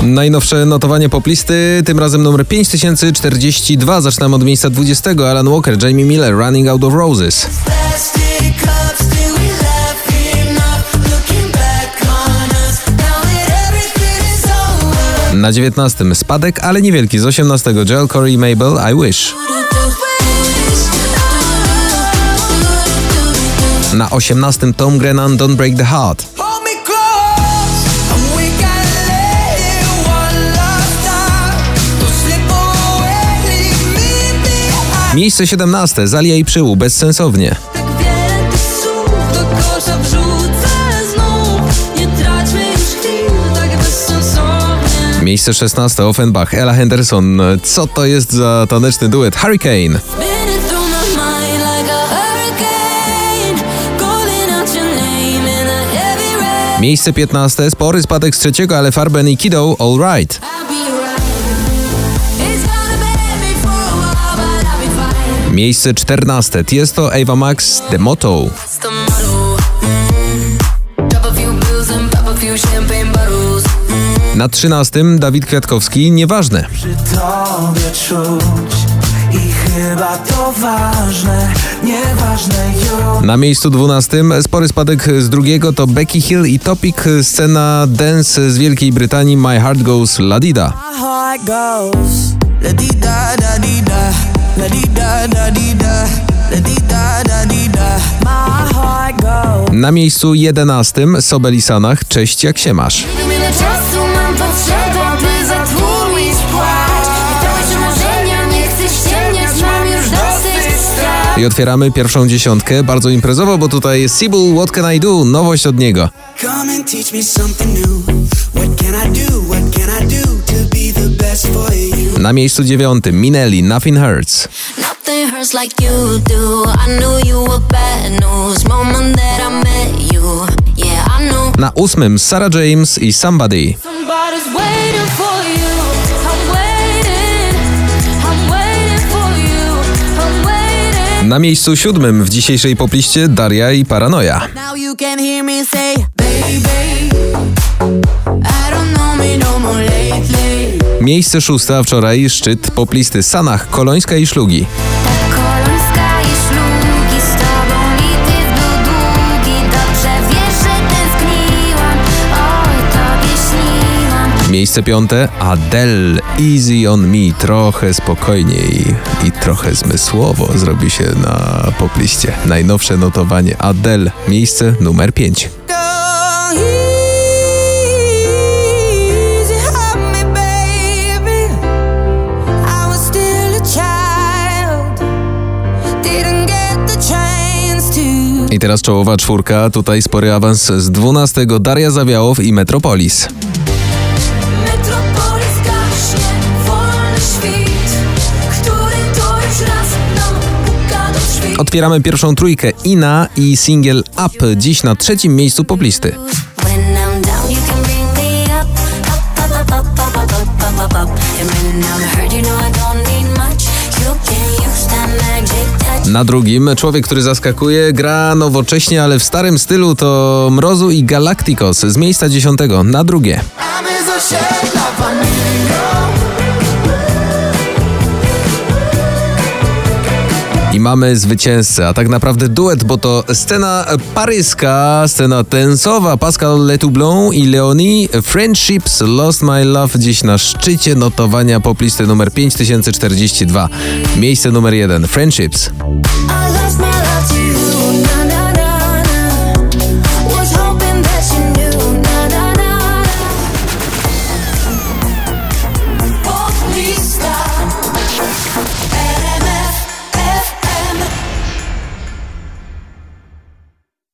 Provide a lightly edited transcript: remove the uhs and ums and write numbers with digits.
Najnowsze notowanie poplisty, tym razem numer 5042. Zaczynamy od miejsca 20. Alan Walker, Jamie Miller, Running Out of Roses. Na 19. spadek, ale niewielki, z 18. Joel Corey i Mabel, I Wish. Na 18. Tom Grennan, Don't Break the Heart. Miejsce 17. Zalia i Przyłu, Bezsensownie. Miejsce 16. Offenbach, Ella Henderson. Co to jest za taneczny duet? Hurricane. Miejsce 15. Spory spadek z 3., ale Farben i Kiddo, All Right. Miejsce 14. Tiesto, Ava Max, The Motto. Na 13. Dawid Kwiatkowski, Nieważne. Przy tobie czuć i chyba to ważne, nieważne już. Na miejscu 12. Spory spadek z 2. to Becky Hill i Topic, scena dance z Wielkiej Brytanii, My Heart Goes La Dida. Na miejscu 11. Sobel i Sanach, Cześć, jak się masz. I otwieramy pierwszą dziesiątkę, bardzo imprezowo, bo tutaj jest Sibul, What Can I Do, nowość od niego. Na miejscu 9. Minelli, Nothing Hurts. Na 8. Sarah James i Somebody. Na miejscu 7. w dzisiejszej popliście Daria i Paranoja. Miejsce 6. a wczoraj szczyt poplisty Sanach, Kolońska i Szlugi. Miejsce 5. Adele, Easy on Me, trochę spokojniej i trochę zmysłowo zrobi się na popliście. Najnowsze notowanie Adele, miejsce numer 5. I teraz czołowa czwórka, tutaj spory awans z 12. Daria Zawiałow i Metropolis. Otwieramy pierwszą trójkę. Ina i singiel Up, dziś na 3. miejscu poplisty. Na 2. człowiek, który zaskakuje, gra nowocześnie, ale w starym stylu, to Mrozu i Galacticos z miejsca 10. na 2. I mamy zwycięzcę, a tak naprawdę duet, bo to scena paryska, scena tensowa. Pascal Letoublon i Leonie, Friendships, Lost My Love, dziś na szczycie notowania poplisty numer 5042. Miejsce numer 1, Friendships.